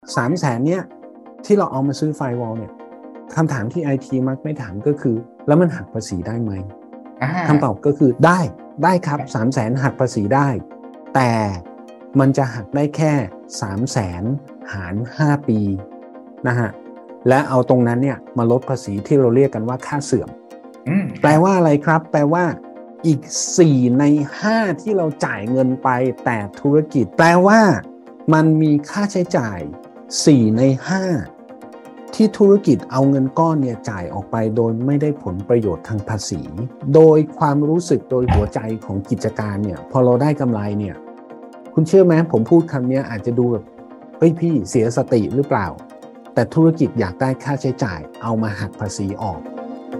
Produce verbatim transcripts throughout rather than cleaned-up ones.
สามแสนเนี้ยที่เราเอามาซื้อไฟวอลเนี่ยคำถามที่ ไอ ที มักไม่ถามก็คือแล้วมันหักภาษีได้ไหมคำตอบก็คือได้ได้ครับสามแสนหักภาษีได้แต่มันจะหักได้แค่สามแสนหารห้าปีนะฮะและเอาตรงนั้นเนี่ยมาลดภาษีที่เราเรียกกันว่าค่าเสื่อมแปลว่าอะไรครับแปลว่าอีกสี่ในห้าที่เราจ่ายเงินไปแต่ธุรกิจแปลว่ามันมีค่าใช้จ่ายสี่ในห้าที่ธุรกิจเอาเงินก้อนเนี่ยจ่ายออกไปโดยไม่ได้ผลประโยชน์ทางภาษีโดยความรู้สึกโดยหัวใจของกิจการเนี่ยพอเราได้กำไรเนี่ยคุณเชื่อไหมผมพูดคำนี้อาจจะดูแบบเฮ้ยพี่เสียสติหรือเปล่าแต่ธุรกิจอยากได้ค่าใช้จ่ายเอามาหักภาษีออก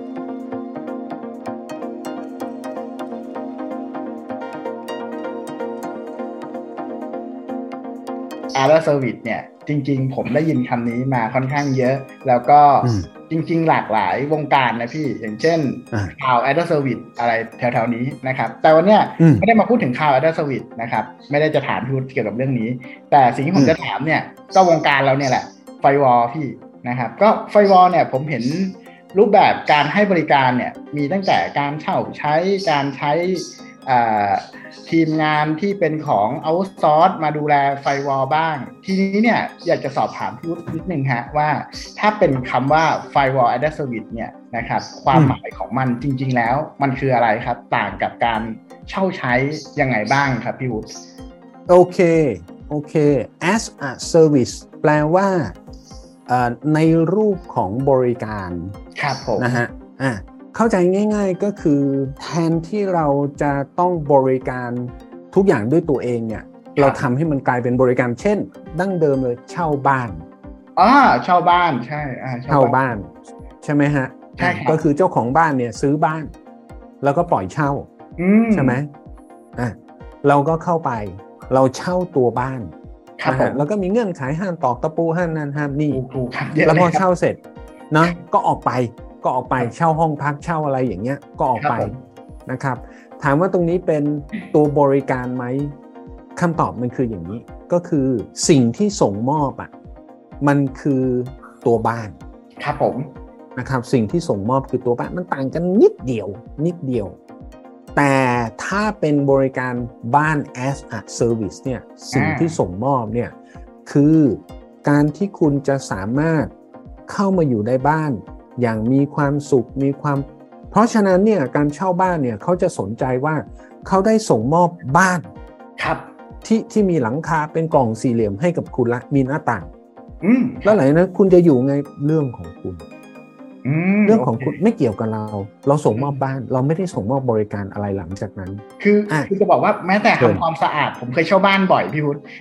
Other Service เนี่ยจริงๆผมได้ยินคำนี้มาค่อนข้างเยอะแล้วก็จริงๆหลากหลายวงการนะพี่อย่างเช่นข่าว Other Service อะไรแถวๆนี้นะครับแต่วันเนี้ยไม่ได้มาพูดถึงข่าว Other Service นะครับไม่ได้จะถามพูดเกี่ยวกับเรื่องนี้แต่สิ่งที่ผมจะถามเนี่ยก็วงการเราเนี่ยแหละไฟวอลพี่นะครับก็ไฟวอลเนี่ยผมเห็นรูปแบบการให้บริการเนี่ยมีตั้งแต่การเช่าใช้การใช้ทีมงานที่เป็นของ outsource มาดูแลไฟวอลบ้างทีนี้เนี่ยอยากจะสอบถามพี่วุฒินิดนึงฮะว่าถ้าเป็นคำว่า Firewall as a Service เนี่ยนะครับความหมายของมันจริงๆแล้วมันคืออะไรครับต่างกับการเช่าใช้ยังไงบ้างครับพี่วุฒิโอเคโอเค as a service แปลว่าในรูปของบริการครับผมนะฮะอ่ะเข้าใจง่ายๆก็คือแทนที่เราจะต้องบริการทุกอย่างด้วยตัวเองเนี่ยเราทำให้มันกลายเป็นบริการเช่นดั้งเดิมเลยเช่าบ้านอ๋อเช่าบ้านใช่อ่าเช่าบ้านใช่ไหมฮะใช่ก็คือเจ้าของบ้านเนี่ยซื้อบ้านแล้วก็ปล่อยเช่าใช่ไหมอ่ะเราก็เข้าไปเราเช่าตัวบ้านนะฮะแล้วก็มีเงื่อนไขห้ามตอกตะปูห้ามนั่นห้ามนี่แล้วพอเช่าเสร็จนะก็ออกไปก็ออกไปเช่าห้องพักเช่าอะไรอย่างเงี้ยก็ออกไปนะครับถามว่าตรงนี้เป็นตัวบริการไหมคำตอบมันคืออย่างนี้ก็คือสิ่งที่ส่งมอบอ่ะมันคือตัวบ้านครับผมนะครับสิ่งที่ส่งมอบคือตัวบ้านมันต่างกันนิดเดียวนิดเดียวแต่ถ้าเป็นบริการบ้าน as a service เนี่ยสิ่งที่ส่งมอบเนี่ยคือการที่คุณจะสามารถเข้ามาอยู่ในบ้านอย่างมีความสุขมีความเพราะฉะนั้นเนี่ยการเช่าบ้านเนี่ยเขาจะสนใจว่าเขาได้ส่งมอบบ้านครับที่ที่มีหลังคาเป็นกล่องสี่เหลี่ยมให้กับคุณละมีหน้าต่างแล้วไหนนะคุณจะอยู่ไงเรื่องของคุณเรื่องของคุณไม่เกี่ยวกับเราเราส่งมอบบ้านเราไม่ได้ส่งมอบบริการอะไรหลังจากนั้นคือคือจะบอกว่าแม้แต่ทำความสะอาดผมเคยเช่าบ้านบ่อยพี่พุทธ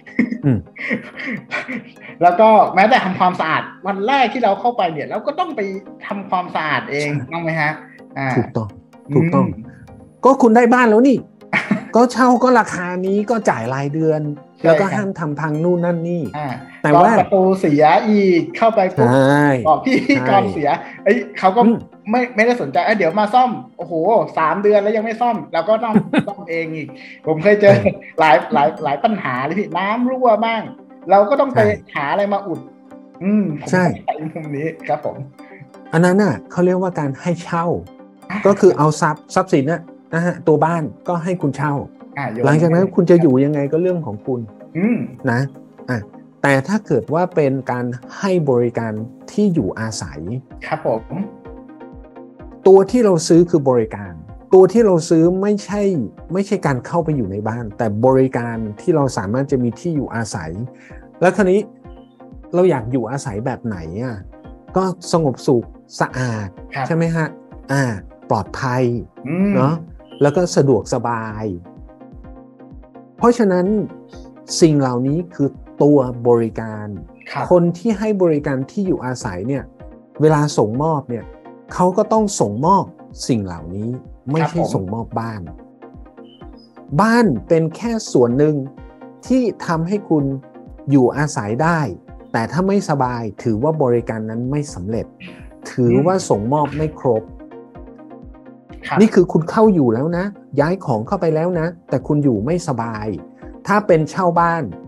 แล้วก็แม้แต่ทำความสะอาดวันแรกที่เราเข้าไปเนี่ยเราก็ต้องไปทำความสะอาดเองต้องไหมฮะถูกต้องถูกต้องก็คุณได้บ้านแล้วนี่ก็เช่าก็ราคานี้ก็จ่ายรายเดือนแล้วก็ห้ามทำพังนู่นนั่นนี่แต่ว่าประตูเสียอีกเข้าไปปุ๊บบอกพี่กองเสียเอ้ยเขาก็ไม่ไม่ได้สนใจเอ้ยเดี๋ยวมาซ่อมโอ้โหสามเดือนแล้วยังไม่ซ่อมเราก็ต้องซ่อมเองอีกผมเคยเจอหลายหลายหลายปัญหาเลยพี่น้ำรั่วบ้างเราก็ต้องไปหาอะไรมาอุดอืมใช่มุมนี้ครับผมอันนั้นน่ะเขาเรียกว่าการให้เช่าก็คือเอาทรัพย์ทรัพย์สินน่ะนะฮะตัวบ้านก็ให้คุณเช่าหลังจากนั้นคุณจะอยู่ยังไงก็เรื่องของคุณนะอ่ะแต่ถ้าเกิดว่าเป็นการให้บริการที่อยู่อาศัยครับผมตัวที่เราซื้อคือบริการตัวที่เราซื้อไม่ใช่ไม่ใช่การเข้าไปอยู่ในบ้านแต่บริการที่เราสามารถจะมีที่อยู่อาศัยแล้วคราวนี้เราอยากอยู่อาศัยแบบไหนอ่ะก็สงบสุขสะอาดใช่ไหมฮะอ่าปลอดภัยเนาะแล้วก็สะดวกสบายเพราะฉะนั้นสิ่งเหล่านี้คือตัวบริการคนที่ให้บริการที่อยู่อาศัยเนี่ยเวลาส่งมอบเนี่ยเขาก็ต้องส่งมอบสิ่งเหล่านี้ไม่ใช่ส่งมอบบ้านบ้านเป็นแค่ส่วนหนึ่งที่ทำให้คุณอยู่อาศัยได้แต่ถ้าไม่สบายถือว่าบริการนั้นไม่สำเร็จถือว่าส่งมอบไม่ครบนี่คือคุณเข้าอยู่แล้วนะย้ายของเข้าไปแล้วนะแต่คุณอยู่ไม่สบายถ้าเป็นเช่าบ้าน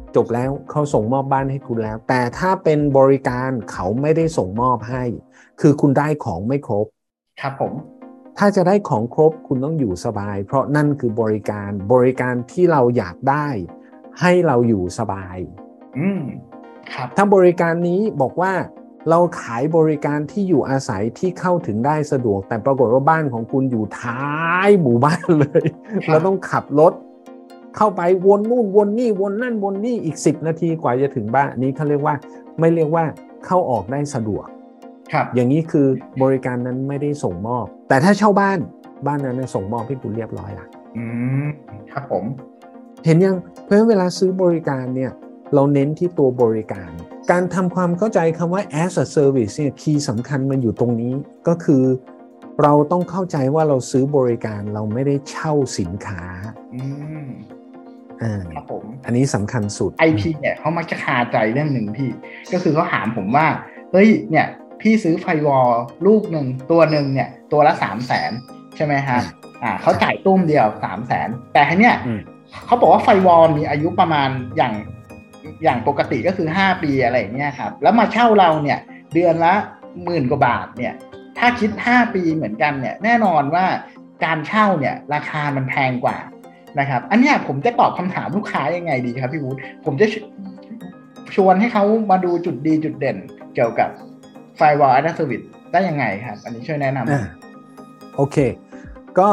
จบแล้วเขาส่งมอบบ้านให้คุณแล้วแต่ถ้าเป็นบริการเขาไม่ได้ส่งมอบให้คือคุณได้ของไม่ครบครับผมถ้าจะได้ของครบคุณต้องอยู่สบายเพราะนั่นคือบริการบริการที่เราอยากได้ให้เราอยู่สบายอืมครับถ้าบริการนี้บอกว่าเราขายบริการที่อยู่อาศัยที่เข้าถึงได้สะดวกแต่ปรากฏว่าบ้านของคุณอยู่ท้ายหมู่บ้านเลยเราต้องขับรถเข้าไปวนนู่นวนนี่วนนั่นวนนี่อีกสิบนาทีกว่าจะถึงบ้านนี้เขาเรียกว่าไม่เรียกว่าเข้าออกได้สะดวกครับอย่างนี้คือบริการนั้นไม่ได้ส่งมอบแต่ถ้าเช่าบ้านบ้านนั้นส่งมอบให้คุณเรียบร้อยละอืมครับผมเห็นยังเพราะเวลาซื้อบริการเนี่ยเราเน้นที่ตัวบริการการทำความเข้าใจคำว่า as a service เนี่ยคีย์สำคัญมันอยู่ตรงนี้ก็คือเราต้องเข้าใจว่าเราซื้อบริการเราไม่ได้เช่าสินค้าอืมอ่าครับผมอันนี้สำคัญสุดไอ ที เนี่ยเขามักจะคาใจเรื่องหนึ่งพี่ก็คือเขาถามผมว่าเฮ้ยเนี่ยพี่ซื้อไฟวอลลูกหนึ่งตัวหนึ่งเนี่ยตัวละสามแสนใช่ไหมฮะอ่าเขาจ่ายตุ้มเดียวสามแสนแต่ทีเนี้ยเขาบอกว่าไฟวอลมีอายุประมาณอย่างอย่างปกติก็คือห้าปีอะไรอย่างเงี้ยครับแล้วมาเช่าเราเนี่ยเดือนละหมื่นกว่าบาทเนี่ยถ้าคิดห้าปีเหมือนกันเนี่ยแน่นอนว่าการเช่าเนี่ยราคามันแพงกว่านะครับอันนี้ผมจะตอบคำถามลูกค้ายังไงดีครับพี่วุฒิผมจะชวนให้เขามาดูจุดดีจุดเด่นเกี่ยวกับ Firewall as a Service ได้ยังไงครับอันนี้ช่วยแนะนำโอเคก็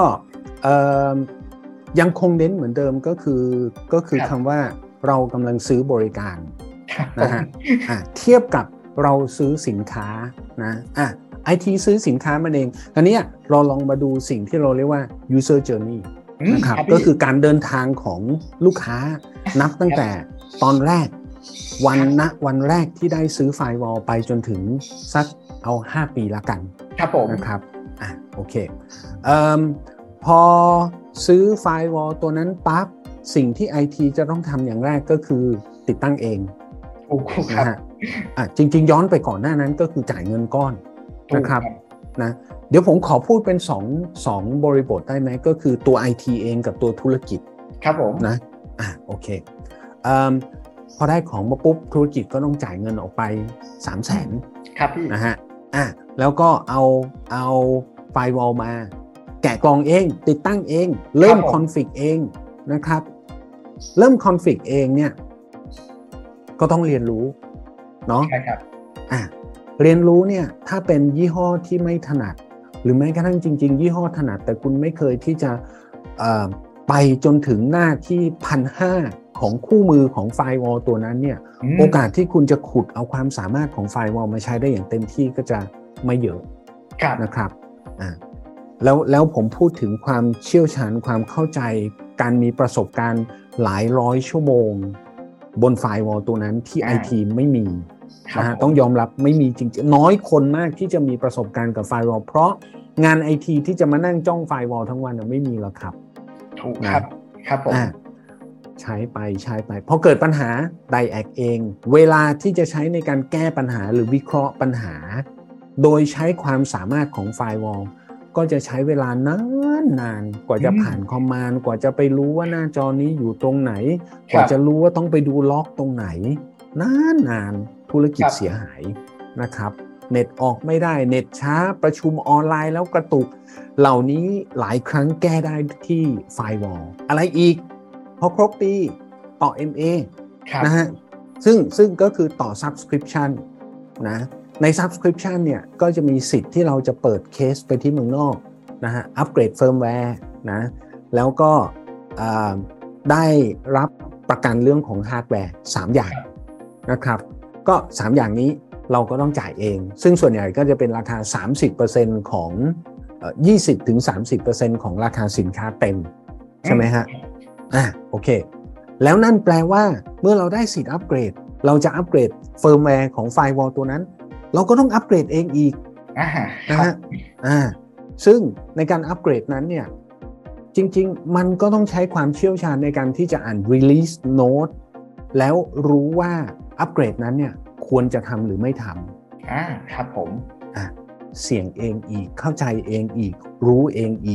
ยังคงเน้นเหมือนเดิมก็คือก็คือคำว่าเรากำลังซื้อบริการนะฮะเทียบกับเราซื้อสินค้านะอ่ะไอทีซื้อสินค้ามันเองอันนี้เราลองมาดูสิ่งที่เราเรียกว่า user journey นะครับก็คือการเดินทางของลูกค้านับตั้งแต่ตอนแรกวันนะวันแรกที่ได้ซื้อไฟวอลไปจนถึงสักเอาห้าปีละกันครับผมนะครับอ่ะโอเคเอ่อพอซื้อไฟวอลตัวนั้นปั๊บสิ่งที่ ไอ ที จะต้องทำอย่างแรกก็คือติดตั้งเองนะฮะอ่ะจริงๆย้อนไปก่อนหน้านั้นก็คือจ่ายเงินก้อนนะครับนะเดี๋ยวผมขอพูดเป็น2 2บริบทได้ไหมก็คือตัว ไอ ที เองกับตัวธุรกิจครับผมนะอ่ะโอเคเอ่อพอได้ของมาปุ๊บธุรกิจก็ต้องจ่ายเงินออกไป สามแสนครับพี่นะฮะอ่ะแล้วก็เอาเอาไฟวอลมาแกะกล่องเองติดตั้งเองเริ่มคอนฟิกเองนะครับเริ่มคอนฟิกเองเนี่ยก็ต้องเรียนรู้เนาะใช่ครับอ่ะเรียนรู้เนี่ยถ้าเป็นยี่ห้อที่ไม่ถนัดหรือแม้กระทั่งจริงๆยี่ห้อถนัดแต่คุณไม่เคยที่จะไปจนถึงหน้าที่พันห้าของคู่มือของไฟวอลตัวนั้นเนี่ยโอกาสที่คุณจะขุดเอาความสามารถของไฟวอลมาใช้ได้อย่างเต็มที่ก็จะไม่เยอะนะครับอ่ะแล้วแล้วผมพูดถึงความเชี่ยวชาญความเข้าใจการมีประสบการณ์หลายร้อยชั่วโมงบนไฟวอลตัวนั้นที่ ไอ ที ไม่มีนะฮะต้องยอมรับไม่มีจริงๆน้อยคนมากที่จะมีประสบการณ์กับไฟวอลเพราะงาน ไอ ที ที่จะมานั่งจ้องไฟวอลทั้งวันน่ะไม่มีหรอกครับถูกครับครับผมใช้ไปใช้ไปพอเกิดปัญหาไดแอกเองเวลาที่จะใช้ในการแก้ปัญหาหรือวิเคราะห์ปัญหาโดยใช้ความสามารถของไฟวอลก็จะใช้เวลานานนานกว่าจะผ่านคอมมานด์กว่าจะไปรู้ว่าหน้าจอนี้อยู่ตรงไหนกว่าจะรู้ว่าต้องไปดูล็อกตรงไหนนานนานธุรกิจเสียหายนะครับเน็ตออกไม่ได้เน็ตช้าประชุมออนไลน์แล้วกระตุกเหล่านี้หลายครั้งแก้ได้ที่ไฟวอลอะไรอีกพอครบปีต่อ เอ็ม เอ นะฮะซึ่งซึ่งก็คือต่อ Subscription นะใน Subscription เนี่ยก็จะมีสิทธิ์ที่เราจะเปิดเคสไปที่เมืองนอกนะฮะอัปเกรดเฟิร์มแวร์นะแล้วก็ได้รับประกันเรื่องของฮาร์ดแวร์สามอย่างนะครับก็สามอย่างนี้เราก็ต้องจ่ายเองซึ่งส่วนใหญ่ก็จะเป็นราคา สามสิบเปอร์เซ็นต์ ของ ยี่สิบถึงสามสิบเปอร์เซ็นต์ ของราคาสินค้าเต็มใช่ไหมฮะอ่ะโอเคแล้วนั่นแปลว่าเมื่อเราได้สิทธิ์อัปเกรดเราจะอัปเกรดเฟิร์มแวร์ของไฟวอลตัวนั้นเราก็ต้องอัปเกรดเองอีกนะฮะอ่าซึ่งในการอัปเกรดนั้นเนี่ยจริงๆมันก็ต้องใช้ความเชี่ยวชาญในการที่จะอ่าน release note แล้วรู้ว่าอัปเกรดนั้นเนี่ยควรจะทำหรือไม่ทำอ่าครับผมอ่ะเสี่ยงเองอีกเข้าใจเองอีกรู้เองอีก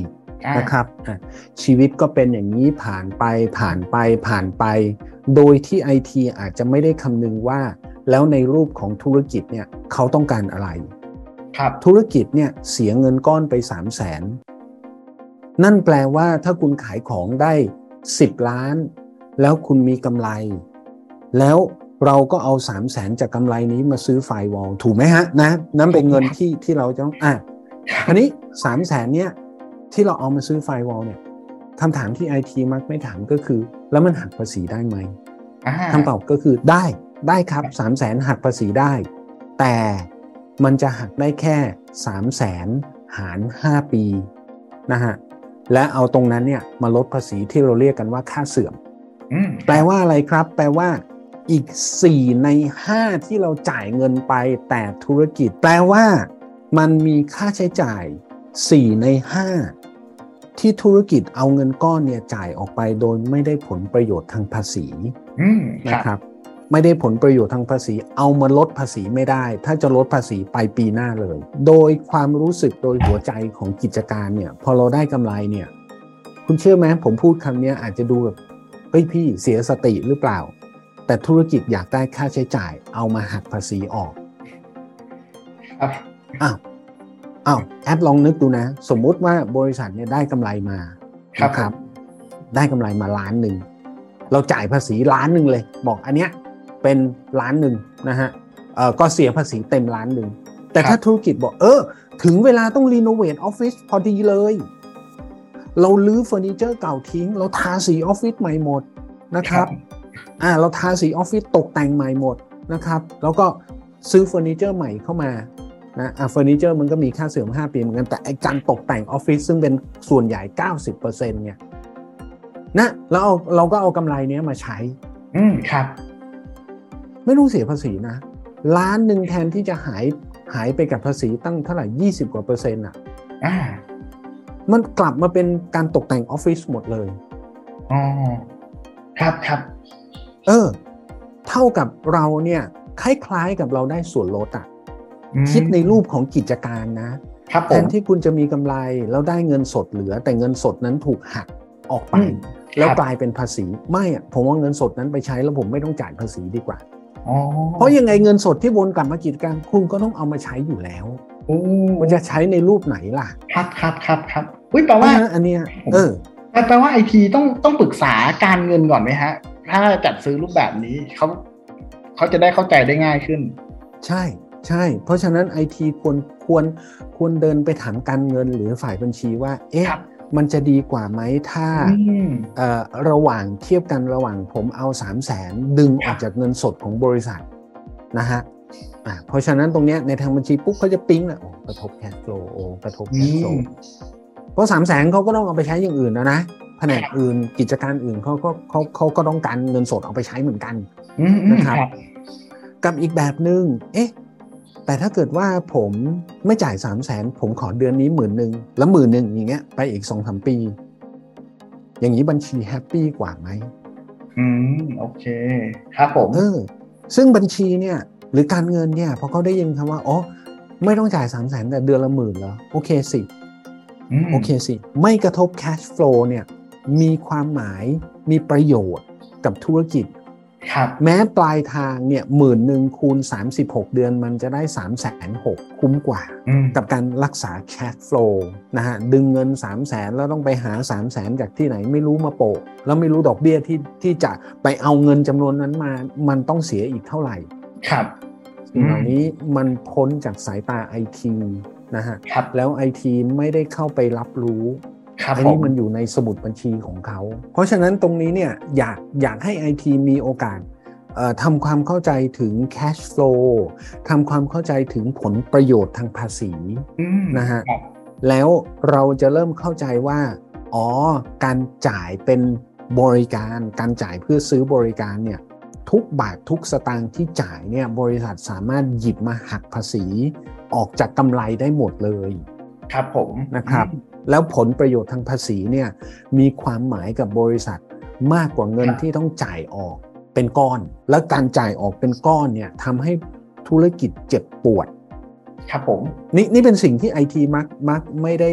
นะครับชีวิตก็เป็นอย่างนี้ผ่านไปผ่านไปผ่านไปโดยที่ ไอ ที อาจจะไม่ได้คำนึงว่าแล้วในรูปของธุรกิจเนี่ยเขาต้องการอะไรครับธุรกิจเนี่ยเสียเงินก้อนไปสามแสนนั่นแปลว่าถ้าคุณขายของได้สิบล้านแล้วคุณมีกำไรแล้วเราก็เอาสามแสนจากกำไรนี้มาซื้อไฟวอลถูกไหมฮะนะนั่นเป็นเงินที่ที่เราจะต้องอ่ะคราวนี้สามแสนเนี่ยที่เราเอามาซื้อไฟวอลเนี่ยคำถามที่ ไอ ที มักไม่ถามก็คือแล้วมันหักภาษีได้ไหมคำตอบก็คือได้ได้ครับสามแสนหักภาษีได้แต่มันจะหักได้แค่สามแสนหารห้าปีนะฮะและเอาตรงนั้นเนี่ยมาลดภาษีที่เราเรียกกันว่าค่าเสื่อมแปลว่าอะไรครับแปลว่าอีกสี่ในห้าที่เราจ่ายเงินไปแต่ธุรกิจแปลว่ามันมีค่าใช้จ่ายสี่ในห้าที่ธุรกิจเอาเงินก้อนเนี่ยจ่ายออกไปโดยไม่ได้ผลประโยชน์ทางภาษีนะครับไม่ได้ผลประโยชน์ทางภาษีเอามาลดภาษีไม่ได้ถ้าจะลดภาษีไปปีหน้าเลยโดยความรู้สึกโดยหัวใจของกิจการเนี่ยพอเราได้กำไรเนี่ยคุณเชื่อไหมผมพูดคำนี้อาจจะดูแบบเฮ้ยพี่เสียสติหรือเปล่าแต่ธุรกิจอยากได้ค่าใช้จ่ายเอามาหักภาษีออกอ้าวอ้าวแอปลองนึกดูนะสมมุติว่าบริษัทเนี่ยได้กำไรมาครับได้กำไรมาล้านหนึ่งเราจ่ายภาษีล้านหนึ่งเลยบอกอันเนี้ยเป็นล้านหนึ่งนะฮะเอ่อก็เสียภาษีเต็มล้านหนึ่งแต่ถ้าธุรกิจบอกเออถึงเวลาต้องรีโนเวทออฟฟิศพอดีเลยเราลื้อเฟอร์นิเจอร์เก่าทิ้งเราทาสีออฟฟิศใหม่หมดนะครับอ่าเราทาสีออฟฟิศตกแต่งใหม่หมดนะครับแล้วก็ซื้อเฟอร์นิเจอร์ใหม่เข้ามานะอ่าเฟอร์นิเจอร์มันก็มีค่าเสื่อมห้าปีเหมือนกันแต่ไอ้การตกแต่งออฟฟิศซึ่งเป็นส่วนใหญ่ เก้าสิบเปอร์เซ็นต์ เนี่ยนะแล้วเอาเราก็เอากำไรเนี้ยมาใช้อืมครับไม่ต้องเสียภาษีนะล้านหนึ่งแทนที่จะหายหายไปกับภาษีตั้งเท่าไหร่ยี่สิบกว่าเปอร์เซ็นต์อ่ะอ่ามันกลับมาเป็นการตกแต่งออฟฟิศหมดเลยอ๋อครับครับเออเท่ากับเราเนี่ยคล้ายๆกับเราได้ส่วนลดอ่ะคิดในรูปของกิจการนะแทนที่คุณจะมีกำไรแล้วได้เงินสดเหลือแต่เงินสดนั้นถูกหักออกไปแล้วกลายเป็นภาษีไม่อ่ะผมว่าเงินสดนั้นไปใช้แล้วผมไม่ต้องจ่ายภาษีดีกว่าเพราะยังไงเงินสดที่วนกลับมากิจการคุณก็ต้องเอามาใช้อยู่แล้วมันจะใช้ในรูปไหนล่ะครับครับครับครับอุ้ยแปลว่าอันเนี้ยเออแปลว่าไอทีต้องต้องปรึกษาการเงินก่อนไหมฮะถ้าจัดซื้อรูปแบบนี้เขาเขาจะได้เข้าใจได้ง่ายขึ้นใช่ใช่เพราะฉะนั้นไอทีควรควรควรเดินไปถามการเงินหรือฝ่ายบัญชีว่าเอ๊ะมันจะดีกว่าไหมถ้าเอ่อระหว่างเทียบกันระหว่างผมเอาสามแสนดึงออกจากเงินสดของบริษัทนะฮะอ่าเพราะฉะนั้นตรงเนี้ยในทางบัญชีปุ๊บเขาจะปิ๊งแหละโอ้กระทบแคชโฟลว์โอ้กระทบแคชโฟลว์เพราะสามแสนเขาก็ต้องเอาไปใช้อย่างอื่นนะนะแผนกอื่นกิจการอื่นเขาก็เขาเขาก็ต้องการเงินสดเอาไปใช้เหมือนกันนะครับกับอีกแบบนึงเอ๊ะแต่ถ้าเกิดว่าผมไม่จ่ายสามแสนผมขอเดือนนี้หมื่นหนึ่งแล้วหมื่นหนึ่งอย่างเงี้ยไปอีกสองสามปีอย่างนี้บัญชีแฮปปี้กว่าไหมอืมโอเคครับผมเออซึ่งบัญชีเนี่ยหรือการเงินเนี่ยพอเขาได้ยินคำว่าอ๋อไม่ต้องจ่ายสามแสนแต่เดือนละหมื่นเหรอโอเคสิโอเคสิไม่กระทบ cash flow เนี่ยมีความหมายมีประโยชน์กับธุรกิจแม้ปลายทางเนี่ยหมื่นหนึ่งคูณสามสิบหกเดือนมันจะได้ สามแสนหก คุ้มกว่ากับการรักษา cash flow นะฮะดึงเงิน สามแสน แล้วต้องไปหา สามแสน จากที่ไหนไม่รู้มาโปะแล้วไม่รู้ดอกเบี้ยที่ที่จะไปเอาเงินจำนวนนั้นมามันต้องเสียอีกเท่าไหร่ครับสิ่งเหล่านี้มันพ้นจากสายตา ไอ ที นะฮะแล้ว ไอ ที ไม่ได้เข้าไปรับรู้อันนี้มันอยู่ในสมุดบัญชีของเขาเพราะฉะนั้นตรงนี้เนี่ยอยากอยากให้ ไอ ที มีโอกาสทำความเข้าใจถึง cash flow ทำความเข้าใจถึงผลประโยชน์ทางภาษีนะฮะแล้วเราจะเริ่มเข้าใจว่าอ๋อการจ่ายเป็นบริการการจ่ายเพื่อซื้อบริการเนี่ยทุกบาททุกสตางค์ที่จ่ายเนี่ยบริษัทสามารถหยิบมาหักภาษีออกจากกำไรได้หมดเลยครับผมนะครับแล้วผลประโยชน์ทางภาษีเนี่ยมีความหมายกับบริษัทมากกว่าเงินที่ต้องจ่ายออกเป็นก้อนแล้วการจ่ายออกเป็นก้อนเนี่ยทำให้ธุรกิจเจ็บปวดครับผมนี่นี่เป็นสิ่งที่ ไอ ที มักมักไม่ได้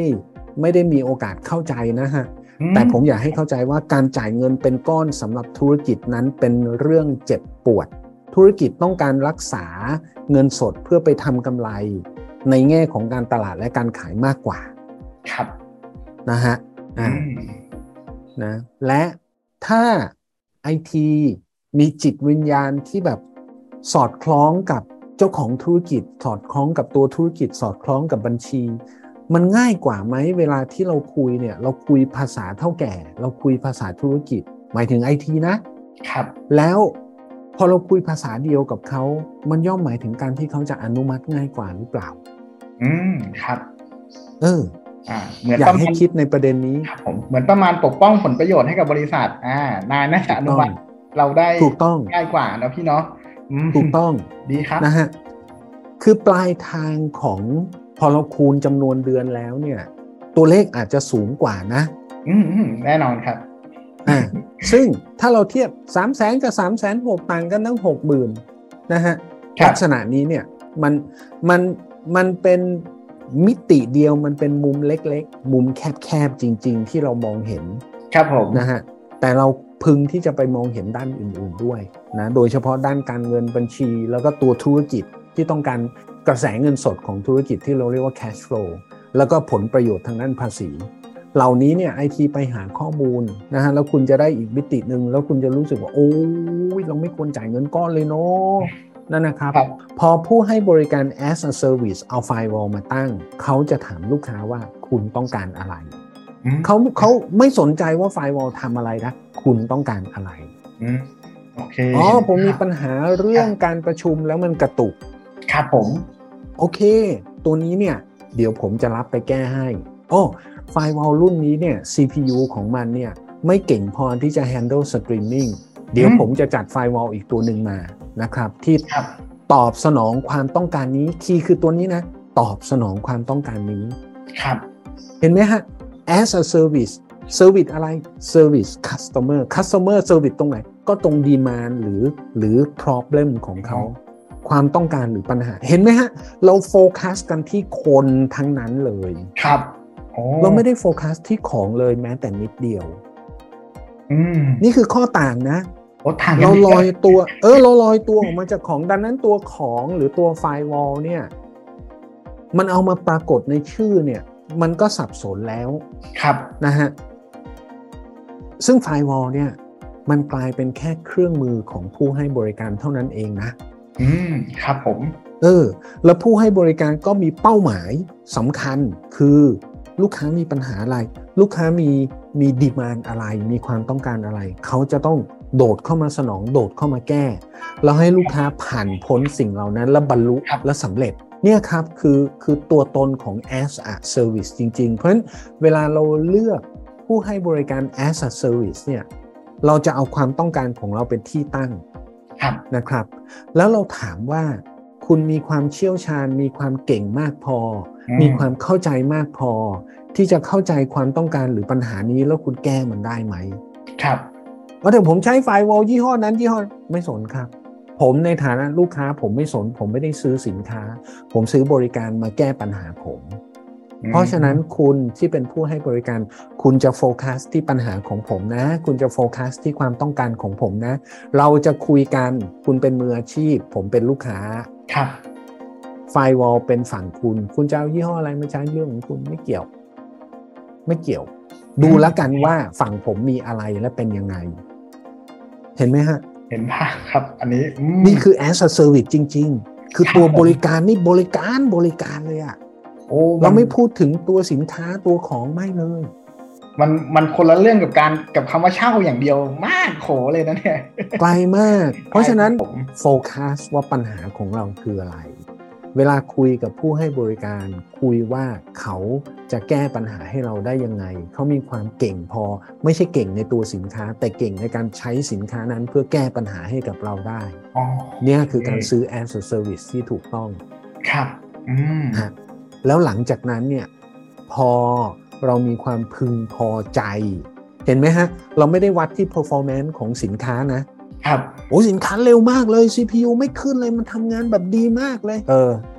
ไม่ได้มีโอกาสเข้าใจนะฮะแต่ผมอยากให้เข้าใจว่าการจ่ายเงินเป็นก้อนสำหรับธุรกิจนั้นเป็นเรื่องเจ็บปวดธุรกิจต้องการรักษาเงินสดเพื่อไปทำกำไรในแง่ของการตลาดและการขายมากกว่าครับนะฮะนะและถ้า ไอ ที มีจิตวิญญาณที่แบบสอดคล้องกับเจ้าของธุรกิจสอดคล้องกับตัวธุรกิจสอดคล้องกับบัญชีมันง่ายกว่าไหมเวลาที่เราคุยเนี่ยเราคุยภาษาเท่าแก่เราคุยภาษาธุรกิจหมายถึง ไอ ที นะครับแล้วพอเราคุยภาษาเดียวกับเขามันย่อมหมายถึงการที่เขาจะอนุมัติง่ายกว่าหรือเปล่าอืมครับเอออ่าเหมือนอยากให้คิดในประเด็นนี้ครับผมเหมือนประมาณปกป้องผลประโยชน์ให้กับบริษัทอ่านายน่าจะอนุมัติเราได้ถูกต้องง่ายกว่านะพี่เนาะถูกต้องดีครับนะฮะคือปลายทางของพอเราคูณจำนวนเดือนแล้วเนี่ยตัวเลขอาจจะสูงกว่านะอืมแน่นอนครับอ่าซึ่งถ้าเราเทียบ สามแสน กับ สามแสนหก ต่างกันตั้ง หกหมื่น นะฮะลักษณะนี้เนี่ยมันมันมันเป็นมิติเดียวมันเป็นมุมเล็กๆมุมแคบๆจริงๆที่เรามองเห็นครับผมนะฮะแต่เราพึงที่จะไปมองเห็นด้านอื่นๆด้วยนะโดยเฉพาะด้านการเงินบัญชีแล้วก็ตัวธุรกิจที่ต้องการกระแสเงินสดของธุรกิจที่เราเรียกว่า cash flow แล้วก็ผลประโยชน์ทางด้านภาษีเหล่านี้เนี่ย ไอ ที ไปหาข้อมูลนะฮะแล้วคุณจะได้อีกมิตินึงแล้วคุณจะรู้สึกว่าโอ้ยเราไม่ควรจ่ายเงินก้อนเลยเนาะนั่นนะครับพอผู้ให้บริการ as a service เอา firewall มาตั้งเขาจะถามลูกค้าว่าคุณต้องการอะไรเขาเขาไม่สนใจว่า firewall ทำอะไรนะคุณต้องการอะไรโอเคอ๋อผมมีปัญหาเรื่องการประชุมแล้วมันกระตุกครับผมโอเคตัวนี้เนี่ยเดี๋ยวผมจะรับไปแก้ให้โอ้ไฟล์วอลรุ่นนี้เนี่ย ซี พี ยู ของมันเนี่ยไม่เก่งพอที่จะ handle streaming เดี๋ยวผมจะจัดไฟล์วอลอีกตัวหนึ่งมานะครับที่ตอบสนองความต้องการนี้คีย์คือตัวนี้นะตอบสนองความต้องการนี้ครับเห็นไหมฮะ as a service service อะไร service customer customer service ตรงไหนก็ตรง demand หรือหรือ problem ของเขาความต้องการหรือปัญหาเห็นไหมฮะเราโฟกัสกันที่คนทั้งนั้นเลยครับเราไม่ได้โฟกัสที่ของเลยแม้แต่นิดเดียวอืมนี่คือข้อต่างนะเราลอยตัวเออเราลอยตัวออกมาจากของดังนั้นตัวของหรือตัวไฟล์วอลเนี่ยมันเอามาปรากฏในชื่อเนี่ยมันก็สับสนแล้วครับนะฮะซึ่งไฟล์วอลเนี่ยมันกลายเป็นแค่เครื่องมือของผู้ให้บริการเท่านั้นเองนะอืมครับผมเออแล้วผู้ให้บริการก็มีเป้าหมายสำคัญคือลูกค้ามีปัญหาอะไรลูกค้ามีมีดีมานด์อะไรมีความต้องการอะไรเขาจะต้องโดดเข้ามาสนองโดดเข้ามาแก้แล้วให้ลูกค้าผ่านพ้นสิ่งเหล่านั้นและบรรลุและสำเร็จเนี่ยครับคือคือตัวตนของ as a service จริงๆเพราะฉะนั้นเวลาเราเลือกผู้ให้บริการ as a service เนี่ยเราจะเอาความต้องการของเราเป็นที่ตั้งนะครับแล้วเราถามว่าคุณมีความเชี่ยวชาญมีความเก่งมากพอมีความเข้าใจมากพอที่จะเข้าใจความต้องการหรือปัญหานี้แล้วคุณแก้มันได้ไหมครับว่าแต่ผมใช้ไฟล์วอลยี่ห้อนั้นยี่ห้อไม่สนครับผมในฐานะลูกค้าผมไม่สนผมไม่ได้ซื้อสินค้าผมซื้อบริการมาแก้ปัญหาผมเพราะฉะนั้นคุณที่เป็นผู้ให้บริการคุณจะโฟกัสที่ปัญหาของผมนะคุณจะโฟกัสที่ความต้องการของผมนะเราจะคุยกันคุณเป็นมืออาชีพผมเป็นลูกค้าครับไฟล์วอลเป็นฝั่งคุณคุณจะเอายี่ห้ออะไรมาใช้เรื่องของคุณไม่เกี่ยวไม่เกี่ยวดูแล้วกันว่าฝั่งผมมีอะไรและเป็นยังไงเห็นไหมฮะเห็นภาพครับอันนี้นี่คือ as a service จริงๆคือตัวบริการนี่บริการบริการเลยอะโอ้เราไม่พูดถึงตัวสินค้าตัวของไม่เลยมันมันคนละเรื่องกับการกับคำว่าเช่าอย่างเดียวมากโขเลยนะเนี่ยไกลมากเพราะฉะนั้นโฟกัสว่าปัญหาของเราคืออะไรเวลาคุยกับผู้ให้บริการคุยว่าเขาจะแก้ปัญหาให้เราได้ยังไงเขามีความเก่งพอไม่ใช่เก่งในตัวสินค้าแต่เก่งในการใช้สินค้านั้นเพื่อแก้ปัญหาให้กับเราได้เนี่ยคือการซื้อ as a service ที่ถูกต้องครับอืมแล้วหลังจากนั้นเนี่ยพอเรามีความพึงพอใจเห็นไหมฮะเราไม่ได้วัดที่ performance ของสินค้านะครับโอ้สินค้าเร็วมากเลย ซี พี ยู ไม่ขึ้นเลยมันทำงานแบบดีมากเลยเออ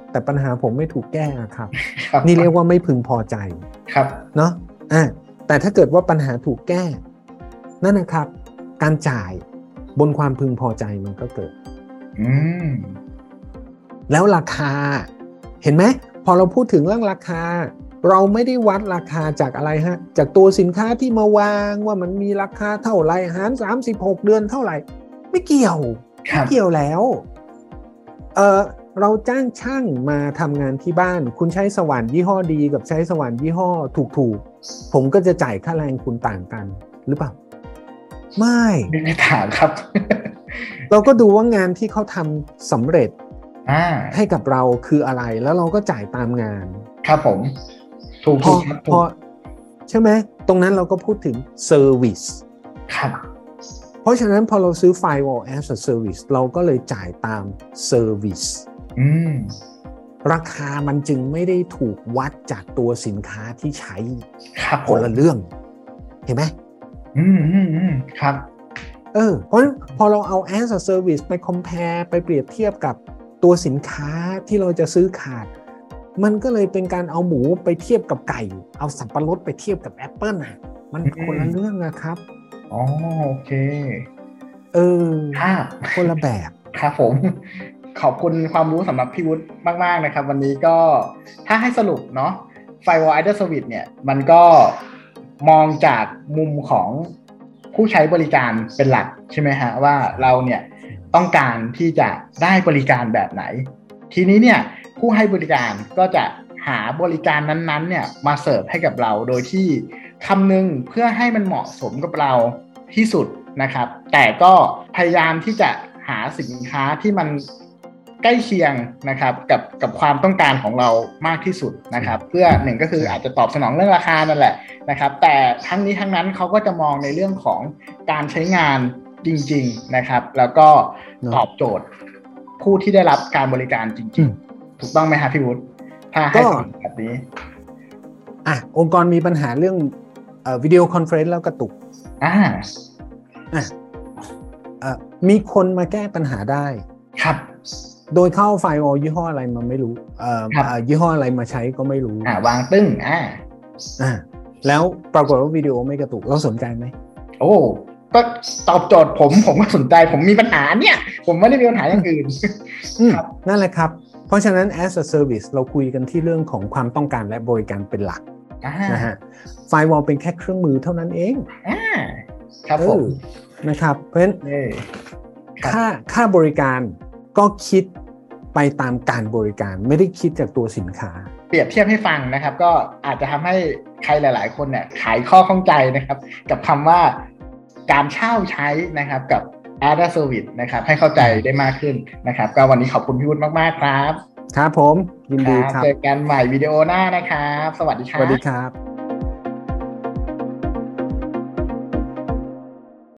แต่ปัญหาผมไม่ถูกแก้ครับนี่เรียกว่าไม่พึงพอใจครับเนาะอ่ะแต่ถ้าเกิดว่าปัญหาถูกแก้นั่นนะครับการจ่ายบนความพึงพอใจมันก็เกิดอืมแล้วราคาเห็นไหมพอเราพูดถึงเรื่องราคาเราไม่ได้วัดราคาจากอะไรฮะจากตัวสินค้าที่มาวางว่ามันมีราคาเท่าไหร่หารสามสิบหกเดือนเท่าไหร่ไม่เกี่ยวไม่เกี่ยวแล้วเออเราจ้างช่างมาทำงานที่บ้านคุณใช้สว่านยี่ห้อดีกับใช้สว่านยี่ห้อถูกๆผมก็จะจ่ายค่าแรงคุณต่างกันหรือเปล่าไม่ไม่ต่างครับเราก็ดูว่างานที่เขาทำสำเร็จให้กับเราคืออะไรแล้วเราก็จ่ายตามงานครับผมถูกพอพอใช่ไหมตรงนั้นเราก็พูดถึง service ครับเพราะฉะนั้นพอเราซื้อ Firewall as a Service เราก็เลยจ่ายตาม Service อืมราคามันจึงไม่ได้ถูกวัดจากตัวสินค้าที่ใช้ครับคนละเรื่องเห็นไหมอืมอืมอืมครับเออเพราะฉะนั้นพอเราเอา as a Service ไป compare ไปเปรียบเทียบกับตัวสินค้าที่เราจะซื้อขาดมันก็เลยเป็นการเอาหมูไปเทียบกับไก่เอาสับปะรดไปเทียบกับแอปเปิ้ลน่ะมันคนละเรื่องนะครับอ๋อโอเคเออครับคนละแบบครับผมขอบคุณความรู้สำหรับพี่วุฒิมากๆนะครับวันนี้ก็ถ้าให้สรุปเนาะ Firewall as a Service เนี่ยมันก็มองจากมุมของผู้ใช้บริการเป็นหลักใช่ไหมฮะว่าเราเนี่ยต้องการที่จะได้บริการแบบไหนทีนี้เนี่ยผู้ให้บริการก็จะหาบริการนั้นๆเนี่ยมาเสิร์ฟให้กับเราโดยที่คำนึงเพื่อให้มันเหมาะสมกับเราที่สุดนะครับแต่ก็พยายามที่จะหาสินค้าที่มันใกล้เคียงนะครับกับกับความต้องการของเรามากที่สุดนะครับเพื่อหนึ่งก็คืออาจจะตอบสนองเรื่องราคานั่นแหละนะครับแต่ทั้งนี้ทั้งนั้นเขาก็จะมองในเรื่องของการใช้งานจริงๆนะครับแล้วก็ตอบโจทย์ผู้ที่ได้รับการบริการจริงๆถูกต้องไหมครับพี่วุฒิถ้าให้แบบนี้อ่ะองค์กรมีปัญหาเรื่องเอ่อวิดีโอคอนเฟอเรนซ์แล้วกระตุกอ่าอ่ะเอ่อมีคนมาแก้ปัญหาได้ครับโดยเข้าไฟล์วอลยี่ห้ออะไรมาไม่รู้เอ่อยี่ห้ออะไรมาใช้ก็ไม่รู้อ่าวางตึ้งอ่าอ่าแล้วปรากฏว่าวิดีโอไม่กระตุกเราสนใจไหมโอ้ก็ตอบโจทย์ผมผมก็สนใจผมมีปัญหาเนี่ยผมไม่ได้มีปัญหาอย่างอื่นครับนั่นแหละครับเพราะฉะนั้น as a service เราคุยกันที่เรื่องของความต้องการและบริการเป็นหลักนะฮะ Firewall เป็นแค่เครื่องมือเท่านั้นเองอ่าครับผมนะครับเพราะฉะนั้นค่าค่าบริการก็คิดไปตามการบริการไม่ได้คิดจากตัวสินค้าเปรียบเทียบให้ฟังนะครับก็อาจจะทำให้ใครหลายๆคนเนี่ยขายข้อข้องใจนะครับกับคำว่าการเช่าใช้นะครับกับ as a service นะครับให้เข้าใจได้มากขึ้นนะครับก็วันนี้ขอบคุณพี่วุฒิมากๆครับครับผมยินดีครับเจอกันใหม่วิดีโอหน้านะครับสวัสดีครับสวัสดีครับ